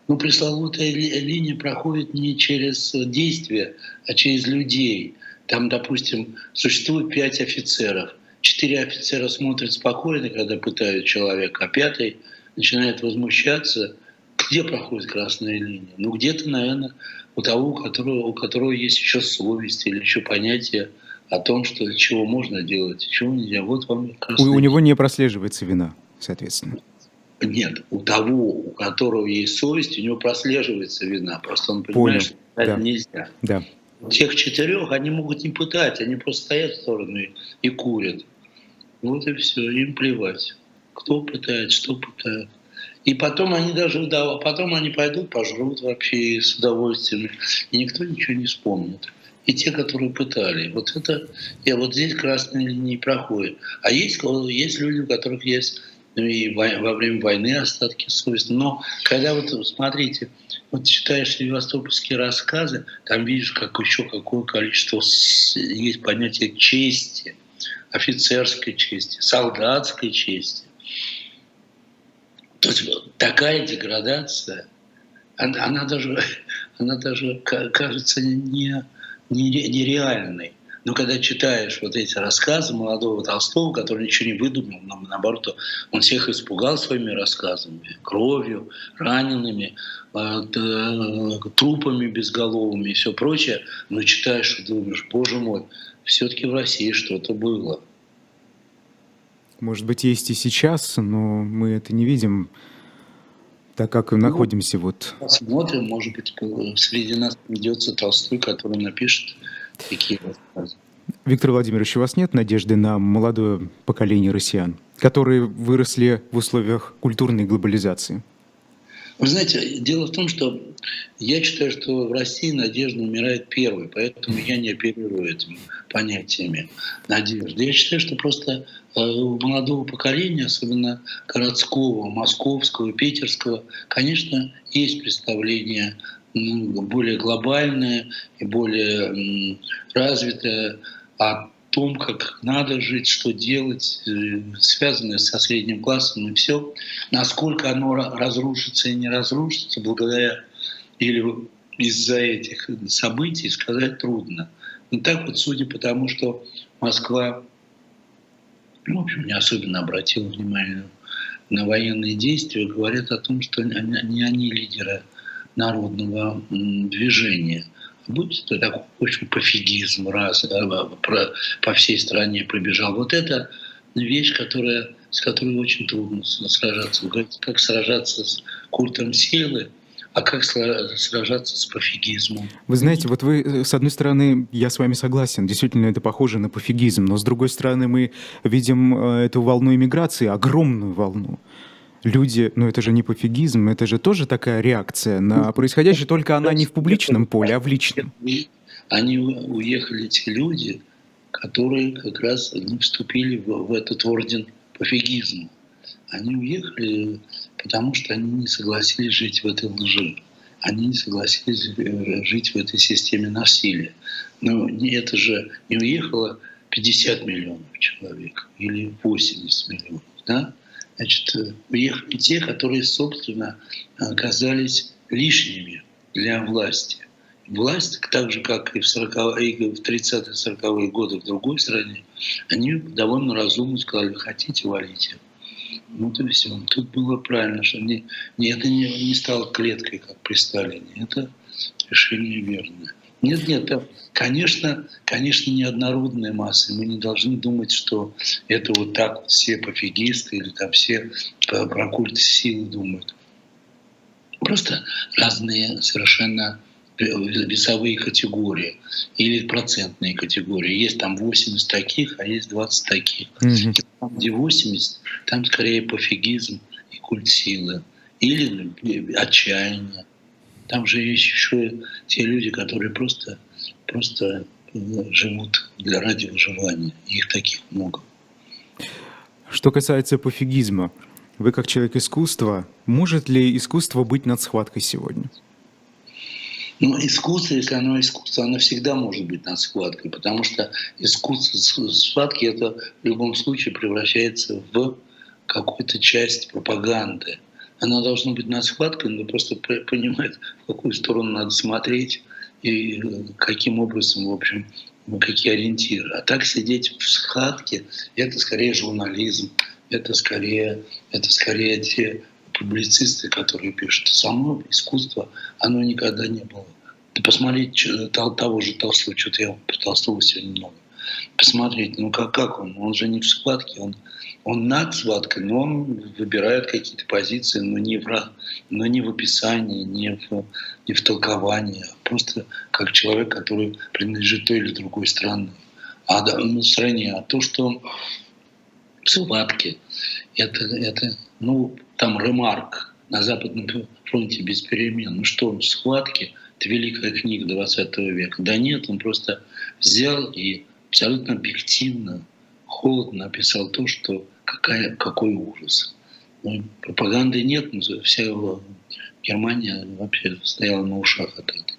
Но пресловутая линия проходит не через действия, а через людей. Там, допустим, существует 5 офицеров. 4 офицера смотрят спокойно, когда пытают человека, а 5 начинает возмущаться. Где проходит красная линия? Ну, где-то, наверное, у того, у которого есть еще совесть или еще понятие о том, что чего можно делать, чего нельзя. Вот вам и красная У него линия. не прослеживается вина, соответственно. Нет, у того, у которого есть совесть, у него прослеживается вина. Просто он Понял. понимает, что это Да. нельзя. Да. У тех 4 они могут не пытать, они просто стоят в сторону и курят. Вот и все, им плевать. Кто пытает, что пытает. И потом они потом они пойдут, пожрут вообще с удовольствием, и никто ничего не вспомнит. И те, которые пытали. Вот это, и вот здесь красные линии проходят. А есть люди, у которых есть и во время войны остатки совести. Но когда вот смотрите, вот читаешь севастопольские рассказы, там видишь, как еще какое количество есть понятие чести, офицерской чести, солдатской чести. То есть такая деградация, она даже кажется нереальной. Но когда читаешь вот эти рассказы молодого Толстого, который ничего не выдумал, но наоборот, он всех испугал своими рассказами, кровью, ранеными, трупами безголовыми и все прочее, но читаешь и думаешь, боже мой, все-таки в России что-то было. Может быть, есть и сейчас, но мы это не видим, так как и находимся вот... Посмотрим, может быть, среди нас найдется Толстой, который напишет такие рассказы. Виктор Владимирович, у вас нет надежды на молодое поколение россиян, которые выросли в условиях культурной глобализации? Вы знаете, дело в том, что я считаю, что в России надежда умирает первой, поэтому я не оперирую этими понятиями надежды. Я считаю, что просто у молодого поколения, особенно городского, московского, питерского, конечно, есть представление более глобальное и более развитое о том, как надо жить, что делать, связанное со средним классом и все. Насколько оно разрушится и не разрушится благодаря или из-за этих событий, сказать трудно. Но так вот, судя по тому, что Москва, в общем, не особенно обратила внимание на военные действия, говорят о том, что не они лидеры народного движения. Будь это такой, в общем, пофигизм по всей стране пробежал. Вот это вещь, с которой очень трудно сражаться. Вы говорите, как сражаться с культом силы, а как сражаться с пофигизмом. Вы знаете, вот вы, с одной стороны, я с вами согласен, действительно это похоже на пофигизм, но с другой стороны мы видим эту волну иммиграции, огромную волну. Люди, ну это же не пофигизм, это же тоже такая реакция на происходящее, только она не в публичном поле, а в личном. Они уехали, те люди, которые как раз не вступили в этот орден пофигизма. Они уехали, потому что они не согласились жить в этой лжи. Они не согласились жить в этой системе насилия. Но это же не уехало 50 миллионов человек или 80 миллионов. Да? Значит, уехали те, которые, собственно, оказались лишними для власти. Власть, так же, как и в 30-40-е годы в другой стране, они довольно разумно сказали, хотите, валите. Вот и все. Тут было правильно, что это не стало клеткой, как при Сталине. Это решение верное. Нет, конечно, неоднородная масса. Мы не должны думать, что это вот так вот все пофигисты или там все про культ силы думают. Просто разные совершенно весовые категории или процентные категории. Есть там 80 таких, а есть 20 таких. И там, где 80, там скорее пофигизм и культ силы. Или отчаяние. Там же есть еще те люди, которые просто живут ради выживания. Их таких много. Что касается пофигизма, вы как человек искусства, может ли искусство быть над схваткой сегодня? Но искусство, если оно искусство, оно всегда может быть над схваткой, потому что искусство схватки это в любом случае превращается в какую-то часть пропаганды. Она должна быть над схваткой, но просто понимает, в какую сторону надо смотреть и каким образом, в общем, какие ориентиры. А так сидеть в схватке — это скорее журнализм, это скорее те публицисты, которые пишут. Само искусство, оно никогда не было. Ты посмотреть того же Толстого, что-то я про Толстого сегодня много. Посмотреть, ну как он же не в схватке, он над схваткой, но он выбирает какие-то позиции, но не в описании, не в толковании, а просто как человек, который принадлежит той или другой стране. А то, что в схватке, это там ремарк на Западном фронте без перемен. Ну что он в схватке? Это великая книга 20 века. Да нет, он просто взял и абсолютно объективно, холодно описал то, что какой ужас. Ну, пропаганды нет, но вся Германия вообще стояла на ушах от этого.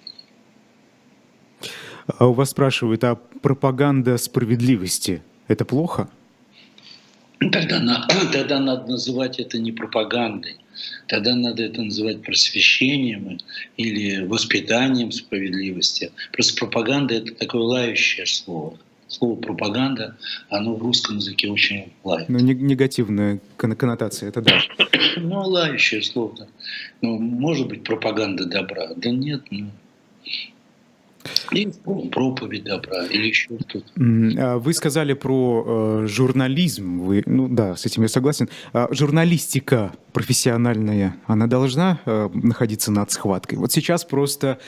А у вас спрашивают, а пропаганда справедливости — это плохо? Тогда надо называть это не пропагандой. Тогда надо это называть просвещением или воспитанием справедливости. Просто пропаганда — это такое лающее слово. Слово «пропаганда», оно в русском языке очень лает. Ну, негативная коннотация, это да. Ну, лающее слово. Ну, может быть, пропаганда добра. Да нет, или проповедь добра, или еще что-то. Вы сказали про журнализм. С этим я согласен. Журналистика профессиональная, она должна находиться над схваткой. Вот сейчас просто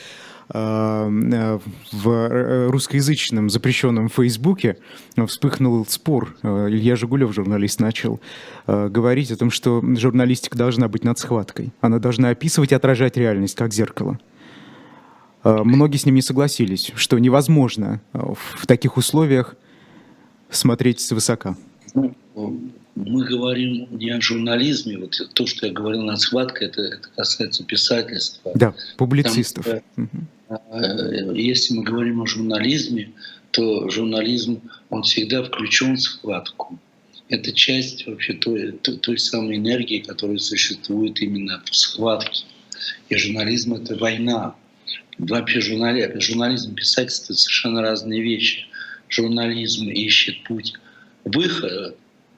в русскоязычном запрещенном Фейсбуке вспыхнул спор. Илья Жигулев, журналист, начал говорить о том, что журналистика должна быть над схваткой. Она должна описывать и отражать реальность, как зеркало. Многие с ним не согласились, что невозможно в таких условиях смотреть свысока. Мы говорим не о журнализме. Вот то, что я говорил над схваткой, это касается писательства. Да, публицистов. Если мы говорим о журнализме, то журнализм, он всегда включен в схватку. Это часть вообще той самой энергии, которая существует именно в схватке. И журнализм — это война. Вообще журнализм и писательство — это совершенно разные вещи. Журнализм ищет путь выхода,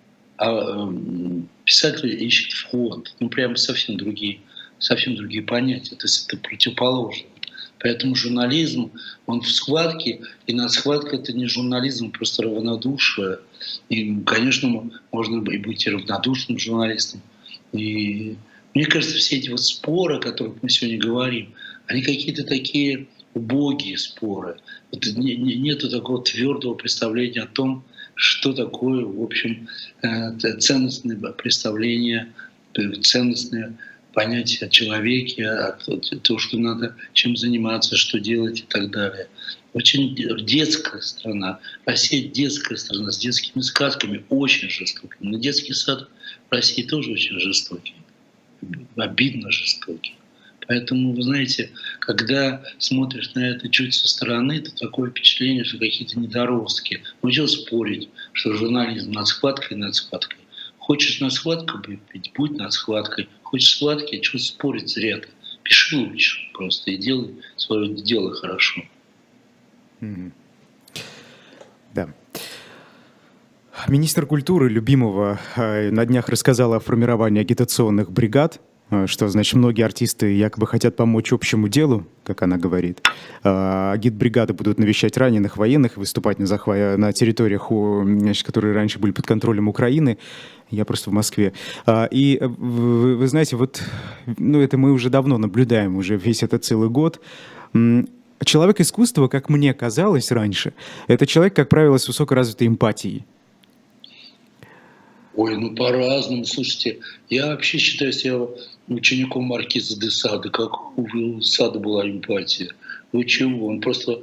а писатель ищет вход. Прямо совсем другие понятия. То есть это противоположно. Поэтому журнализм, он в схватке, и над схваткой — это не журнализм, просто равнодушие. И, конечно, можно и быть и равнодушным журналистом. И мне кажется, все эти вот споры, о которых мы сегодня говорим, они какие-то такие убогие споры. Вот нету такого твердого представления о том, что такое, в общем, ценностное представление, ценностное понятие о человеке, то, что надо, чем заниматься, что делать и так далее. Очень детская страна. Россия — детская страна с детскими сказками, очень жестокими. Но детский сад в России тоже очень жестокий, обидно жестокий. Поэтому, вы знаете, когда смотришь на это чуть со стороны, то такое впечатление, что какие-то недоростки. Ну, чего спорить, что журнализм над схваткой. Хочешь над схваткой быть, будь над схваткой. Хочешь схватки, а что спорить зря-то? Пиши лучше просто и делай свое дело хорошо. Да. Министр культуры Любимова на днях рассказала о формировании агитационных бригад, что, значит, многие артисты якобы хотят помочь общему делу, как она говорит. Агитбригады будут навещать раненых военных, выступать на территориях, значит, которые раньше были под контролем Украины. Я просто в Москве. И вы знаете, это мы уже давно наблюдаем, уже весь этот целый год. Человек искусства, как мне казалось раньше, это человек, как правило, с высокоразвитой эмпатией. Ой, по-разному. Слушайте, я вообще считаю себя учеником маркиза де Сада. Как у Сада была эмпатия. Вы чего? Он просто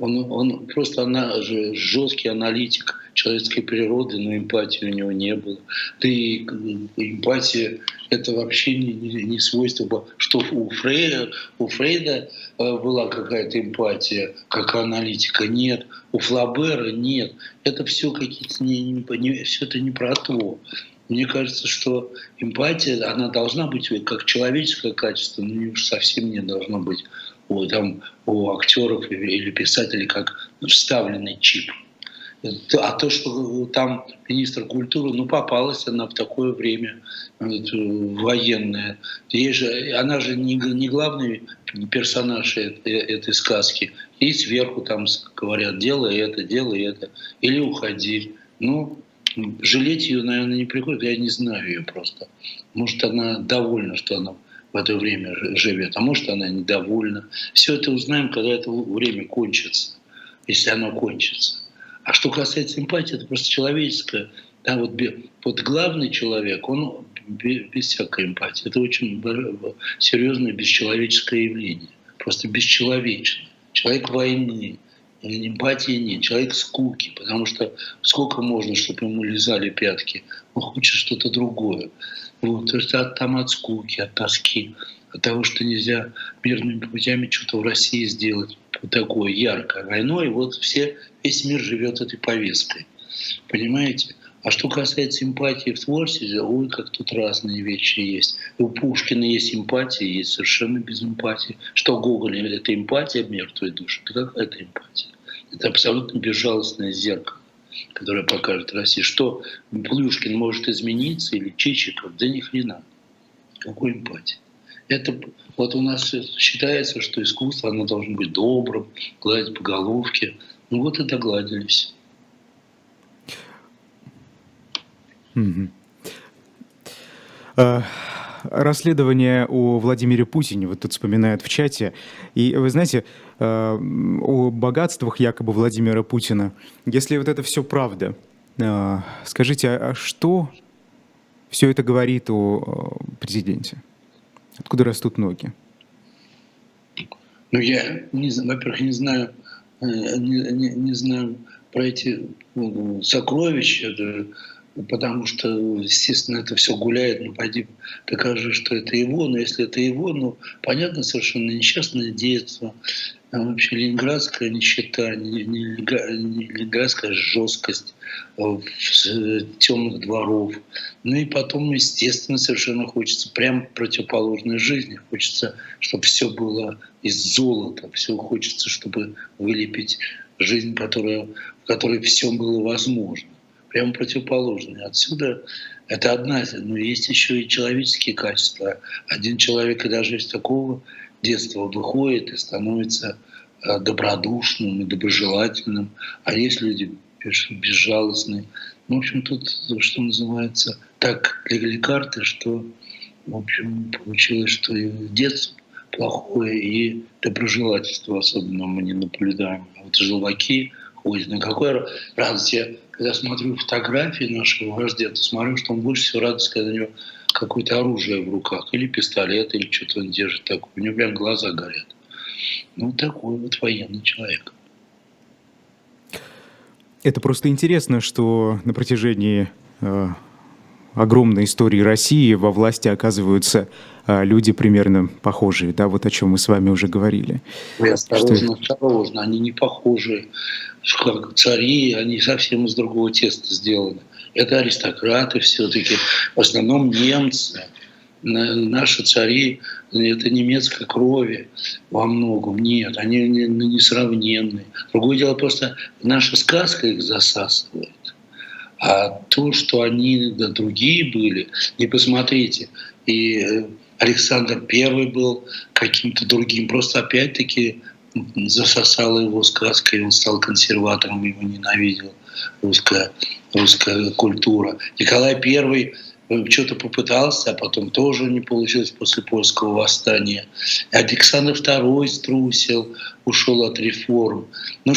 жесткий аналитик человеческой природы, но эмпатии у него не было. Да и эмпатия — это вообще не свойство. Что у Фрейда была какая-то эмпатия, как аналитика? Нет. У Флабера нет. Это все какие-то все это не про то. Мне кажется, что эмпатия, она должна быть как человеческое качество, но не уж совсем не должно быть у актеров или писателей как вставленный чип. А то, что там министр культуры, попалась она в такое время военное. Она же не главный персонаж этой сказки. И сверху там говорят: делай это, или уходи. Жалеть ее, наверное, не приходится. Я не знаю ее просто. Может, она довольна, что она в это время живет, а может, она недовольна. Все это узнаем, когда это время кончится, если оно кончится. А что касается эмпатии, это просто человеческое. Да, вот главный человек, он без всякой эмпатии. Это очень серьезное бесчеловеческое явление. Просто бесчеловечное. Человек войны, эмпатии нет. Человек скуки, потому что сколько можно, чтобы ему лизали пятки. Он хочет что-то другое. То есть от скуки, от тоски, от того, что нельзя мирными путями что-то в России сделать такое яркое. Войной весь мир живет этой повесткой. Понимаете? А что касается эмпатии в творчестве, как тут разные вещи есть. У Пушкина есть эмпатия, есть совершенно без эмпатии. Что Гоголь — это эмпатия мертвой души? Это какая-то эмпатия? Это абсолютно безжалостное зеркало, которое покажет России. Что Плюшкин может измениться или Чичиков? Да ни хрена. Какой эмпатии? Это у нас считается, что искусство, оно должно быть добрым, гладить по головке. И догладились. Расследование о Владимире Путине вот тут вспоминают в чате. И вы знаете, о богатствах якобы Владимира Путина. Если вот это все правда, скажите, а что все это говорит о президенте? Откуда растут ноги? Я, во-первых, не знаю про эти сокровища, потому что, естественно, это все гуляет. Пойди докажи, что это его. Но если это его, понятно, совершенно несчастное детство, вообще ленинградская нищета, не ленинградская жесткость темных дворов. И потом, естественно, совершенно хочется прям противоположной жизни. Хочется, чтобы все было из золота. Все хочется, чтобы вылепить жизнь, в которой все было возможно. Прямо противоположное. Отсюда это одна, но есть еще и человеческие качества. Один человек и даже из такого детства выходит и становится добродушным и доброжелательным, а есть люди безжалостные. В общем, тут, что называется, так легли карты, что, в общем, получилось, что и детство плохое, и доброжелательство особенно мы не наблюдаем. А желваки ходят. На какой радость я, когда смотрю фотографии нашего вождя, то смотрю, что он больше всего радуется, когда у него какое-то оружие в руках, или пистолет, или что-то он держит такое. У него прям глаза горят. Такой военный человек. Это просто интересно, что на протяжении огромной истории России во власти оказываются люди примерно похожие, да, вот о чем мы с вами уже говорили. Осторожно, они не похожие. Как цари, они совсем из другого теста сделаны. Это аристократы все-таки, в основном немцы. Наши цари — это немецкой крови во многом. Нет, они несравненные. Другое дело, просто наша сказка их засасывает. А то, что они другие были, не посмотрите. И Александр I был каким-то другим. Просто опять-таки засосала его сказка, и он стал консерватором, его ненавидел русская культура. Николай I что-то попытался, а потом тоже не получилось после польского восстания. Александр II струсил, ушел от реформ. Это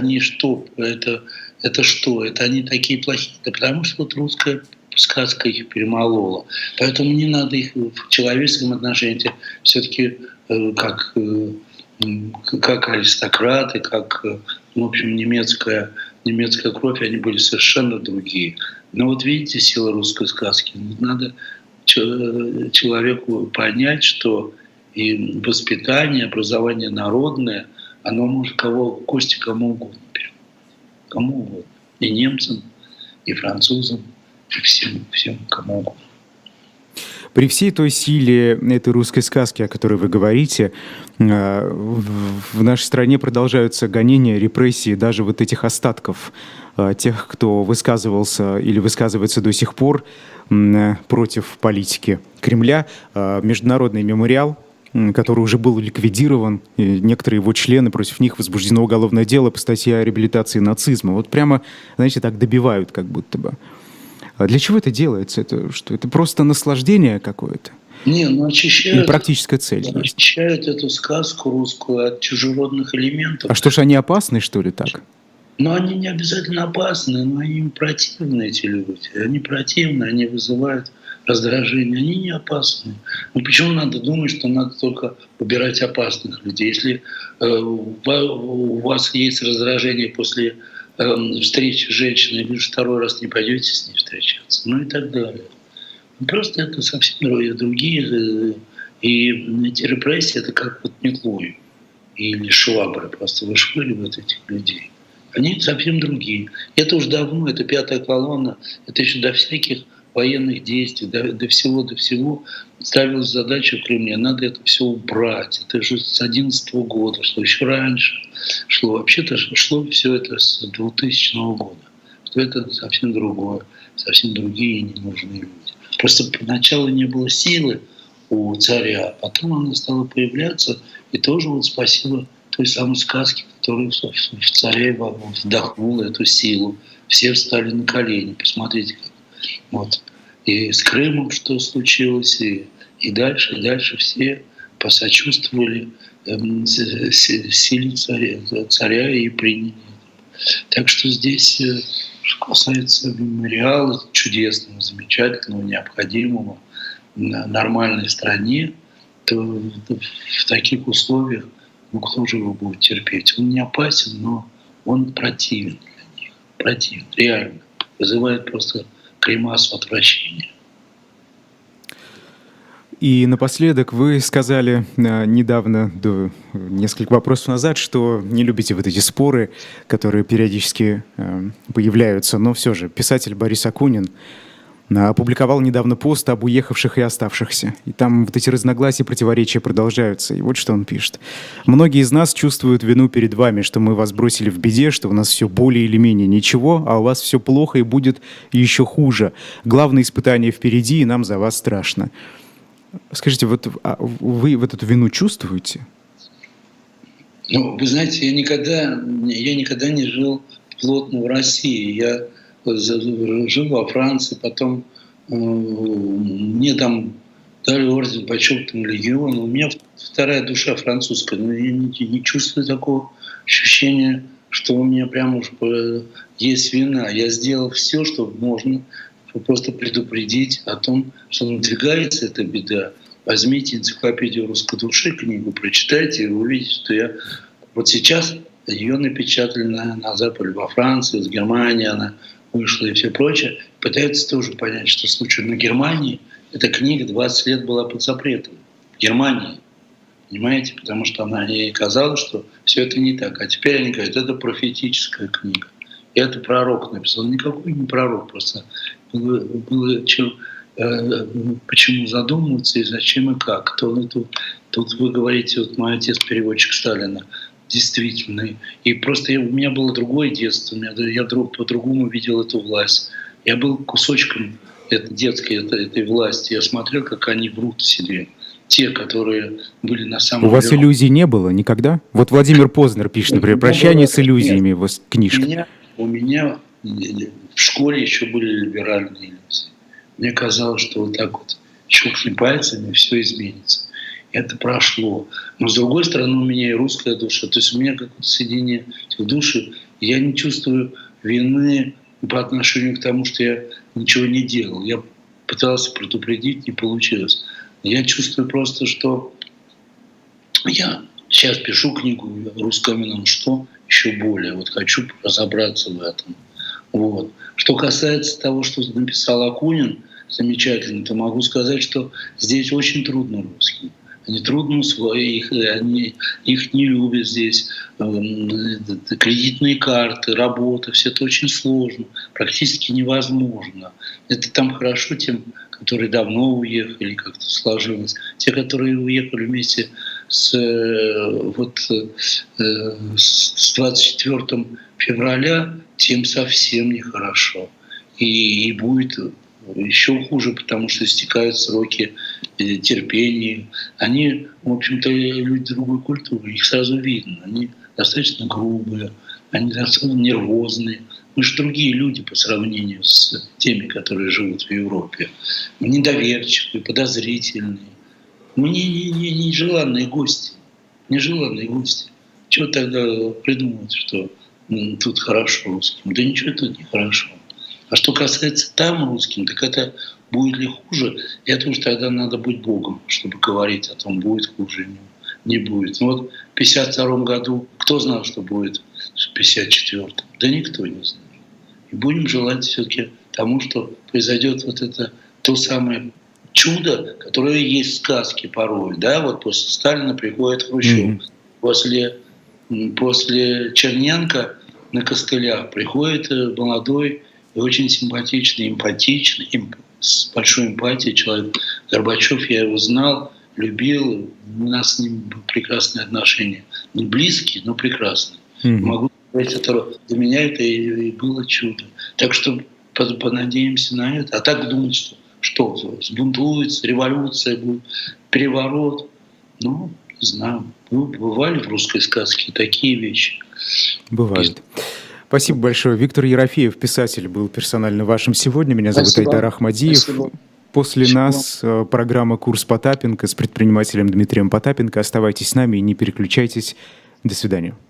что? Это они такие плохие? Да потому что русская сказка их перемолола. Поэтому не надо их в человеческом отношении все-таки как аристократы, как, в общем, немецкая кровь, они были совершенно другие. Но видите, сила русской сказки. Надо человеку понять, что и воспитание, образование народное, оно может кости кому угодно. Кому угодно. И немцам, и французам, всем кому угодно. При всей той силе этой русской сказки, о которой вы говорите, в нашей стране продолжаются гонения, репрессии даже вот этих остатков, тех, кто высказывался или высказывается до сих пор против политики Кремля. Международный мемориал, который уже был ликвидирован, и некоторые его члены, против них возбуждено уголовное дело по статье о реабилитации нацизма. Вот прямо, знаете, так добивают как будто бы. А для чего это делается? Это что? Это просто наслаждение какое-то? Не, ну очищают, или практическая цель? очищают эту сказку русскую от чужеродных элементов. А что ж, они опасны, что ли, так? Но они не обязательно опасны, но они противны, эти люди. Они противны, они вызывают раздражение. Они не опасны. Ну почему надо думать, что надо только убирать опасных людей? Если у вас есть раздражение после встречи с женщиной, вы же второй раз не пойдете с ней встречаться, ну и так далее. Просто это совсем другие. И эти репрессии — это как вот метлой или шваброй просто вышвыривают этих людей. Они совсем другие. Это уж давно, это пятая колонна, это еще до всяких военных действий, до всего ставилась задача в Кремле. Надо это все убрать. Это же с 2011 года, что еще раньше шло. Вообще-то шло все это с 2000 года. Что это совсем другое, совсем другие ненужные люди. Просто поначалу не было силы у царя, а потом она стала появляться, и тоже вот спасибо той самой сказке, которая в царе вдохнула эту силу. Все встали на колени. Посмотрите, как. Вот. И с Крымом что случилось, и дальше все посочувствовали силе царя и приняли. Так что здесь, что касается мемориала, чудесного, замечательного, необходимого, нормальной стране, то в таких условиях, ну кто же его будет терпеть? Он не опасен, но он противен для них. Противен, реально. Вызывает просто гримасу отвращения. И напоследок вы сказали недавно, несколько вопросов назад, что не любите вот эти споры, которые периодически появляются. Но все же писатель Борис Акунин опубликовал недавно пост об уехавших и оставшихся. И там вот эти разногласия, противоречия продолжаются. И вот что он пишет. «Многие из нас чувствуют вину перед вами, что мы вас бросили в беде, что у нас все более или менее ничего, а у вас все плохо и будет еще хуже. Главное испытание впереди, и нам за вас страшно». Скажите, вот вы вот эту вину чувствуете? Ну, вы знаете, я никогда не жил плотно в России. Я жил во Франции, потом мне там дали орден почетного легиона. У меня вторая душа французская, но я не чувствую такого ощущения, что у меня прямо уж есть вина. Я сделал все, что можно, чтобы просто предупредить о том, что надвигается эта беда. Возьмите энциклопедию русской души, книгу, прочитайте, и вы увидите, что я вот сейчас ее напечатали на Западе, во Франции, в Германии она вышла и все прочее. Пытаются тоже понять, что случилось на Германии. Эта книга 20 лет была под запретом. В Германии. Понимаете? Потому что она ей казалось, что все это не так. А теперь они говорят, это профетическая книга. И это пророк написал. Никакой не пророк, просто было почему задумываться и зачем и как. Тут вы говорите, вот мой отец переводчик Сталина, действительно. И просто у меня было другое детство, я по-другому видел эту власть. Я был кусочком этой власти. Я смотрел, как они врут себе. Те, которые были на самом деле. У вас иллюзий не было никогда? Вот Владимир Познер пишет, например, «Прощание с иллюзиями», его книжка. У меня в школе еще были либеральные иллюзии. Мне казалось, что вот так вот щелкни пальцами, все изменится. Это прошло. Но с другой стороны, у меня и русская душа. То есть у меня какое-то соединение в душе. Я не чувствую вины по отношению к тому, что я ничего не делал. Я пытался предупредить, не получилось. Я чувствую просто, что я сейчас пишу книгу «Русскоминам», что еще более. Вот хочу разобраться в этом. Вот. Что касается того, что написал Акунин, замечательно, то могу сказать, что здесь очень трудно русским. они трудно усвоить, они их не любят здесь. Кредитные карты, работа, все это очень сложно, практически невозможно. Это там хорошо тем, которые давно уехали, как-то сложилось. Те, которые уехали вместе с 24 февраля, тем совсем нехорошо. И будет еще хуже, потому что истекают сроки терпения. Они, в общем-то, люди другой культуры, их сразу видно. Они достаточно грубые, они достаточно нервозные. Мы же другие люди по сравнению с теми, которые живут в Европе. Мы недоверчивые, подозрительные. Мы не желанные гости. Нежеланные гости. Чего тогда придумывать, что тут хорошо русским? Да ничего тут не хорошо. А что касается там русским, так это будет ли хуже? Это уж тогда надо быть Богом, чтобы говорить о том, будет хуже или не будет. Ну вот в 1952 году кто знал, что будет в 1954? Да никто не знал. И будем желать все-таки тому, что произойдет вот это то самое чудо, которое есть в сказке порой. Да? Вот после Сталина приходит Хрущев. После Черненко на костылях приходит молодой и очень симпатичный, эмпатичный, с большой эмпатией человек. Горбачев, я его знал, любил, у нас с ним прекрасные отношения. Не близкие, но прекрасные. Могу сказать, это для меня это и было чудо. Так что понадеемся на это. А так думать, что сбунтуется, революция будет, переворот. Ну, не знаю. Ну, бывали в русской сказке такие вещи. Бывает. Спасибо большое. Виктор Ерофеев, писатель, был персонально вашим сегодня. Меня зовут Айдар Ахмадиев. Спасибо. После нас программа «Курс Потапенко» с предпринимателем Дмитрием Потапенко. Оставайтесь с нами и не переключайтесь. До свидания.